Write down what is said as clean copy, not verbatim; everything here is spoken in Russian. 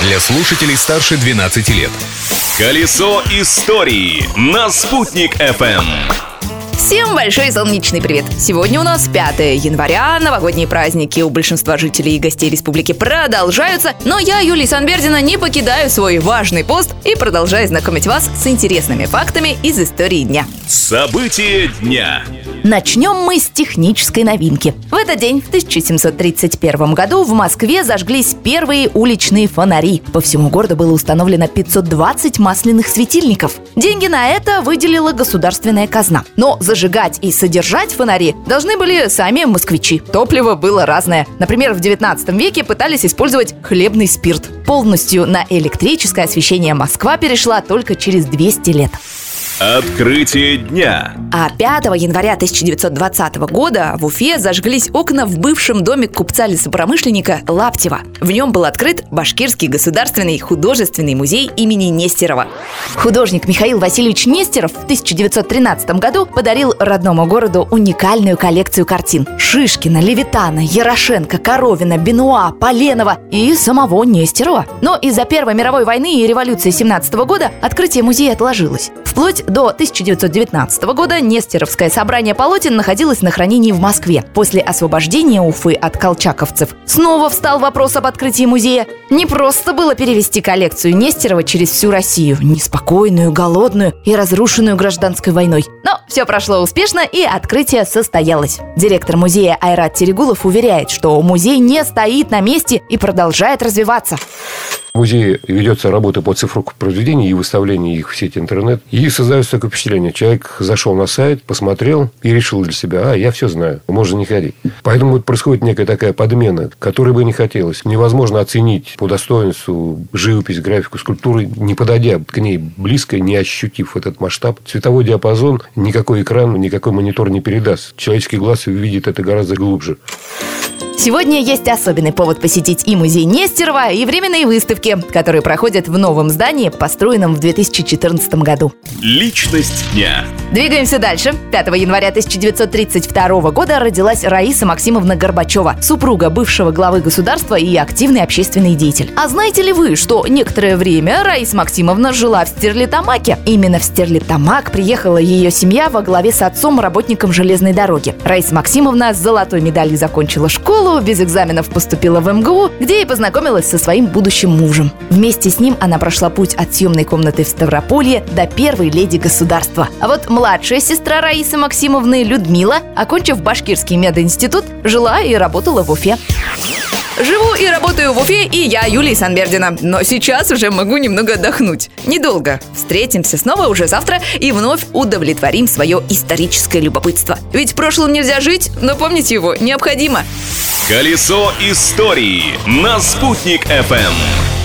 для слушателей старше 12 лет. Колесо истории на Спутник FM. Всем большой солнечный привет! Сегодня у нас 5 января, новогодние праздники у большинства жителей и гостей республики продолжаются, но я, Юлия Санбердина, не покидаю свой важный пост и продолжаю знакомить вас с интересными фактами из истории дня. События дня. Начнем мы с технической новинки. В этот день, в 1731 году, в Москве зажглись первые уличные фонари. По всему городу было установлено 520 масляных светильников. Деньги на это выделила государственная казна. Но зажигать и содержать фонари должны были сами москвичи. Топливо было разное. Например, в 19 веке пытались использовать хлебный спирт. Полностью на электрическое освещение Москва перешла только через 200 лет. Открытие дня. А 5 января 1920 года в Уфе зажглись окна в бывшем доме купца-лесопромышленника Лаптева. В нем был открыт Башкирский государственный художественный музей имени Нестерова. Художник Михаил Васильевич Нестеров в 1913 году подарил родному городу уникальную коллекцию картин Шишкина, Левитана, Ярошенко, Коровина, Бенуа, Поленова и самого Нестерова. Но из-за Первой мировой войны и революции 1917 года открытие музея отложилось. Вплоть до 1919 года Нестеровское собрание полотен находилось на хранении в Москве. После освобождения Уфы от колчаковцев снова встал вопрос об открытии музея. Не просто было перевести коллекцию Нестерова через всю Россию, неспокойную, голодную и разрушенную гражданской войной. Но все прошло успешно, и открытие состоялось. Директор музея Айрат Терегулов уверяет, что музей не стоит на месте и продолжает развиваться. В музее ведется работа по цифровке произведений и выставлению их в сеть интернет. И создается такое впечатление. Человек зашел на сайт, посмотрел и решил для себя: я все знаю, можно не ходить. Поэтому происходит некая такая подмена, которой бы не хотелось. Невозможно оценить по достоинству живопись, графику, скульптуры, не подойдя к ней близко, не ощутив этот масштаб. Цветовой диапазон никакой экран, никакой монитор не передаст. Человеческий глаз видит это гораздо глубже. Сегодня есть особенный повод посетить и музей Нестерова, и временные выставки, которые проходят в новом здании, построенном в 2014 году. Личность дня. Двигаемся дальше. 5 января 1932 года родилась Раиса Максимовна Горбачева, супруга бывшего главы государства и активный общественный деятель. А знаете ли вы, что некоторое время Раиса Максимовна жила в Стерлитамаке? Именно в Стерлитамак приехала ее семья во главе с отцом, работником железной дороги. Раиса Максимовна с золотой медалью закончила школу, без экзаменов поступила в МГУ, где и познакомилась со своим будущим мужем. Вместе с ним она прошла путь от съемной комнаты в Ставрополье до первой леди государства. А вот младшая сестра Раисы Максимовны, Людмила, окончив Башкирский мединститут, жила и работала в Уфе. Живу и работаю в Уфе и я, Юлия Санбердина. Но сейчас уже могу немного отдохнуть. Недолго. Встретимся снова уже завтра и вновь удовлетворим свое историческое любопытство. Ведь прошлым нельзя жить, но помнить его необходимо. Колесо истории на Спутник FM.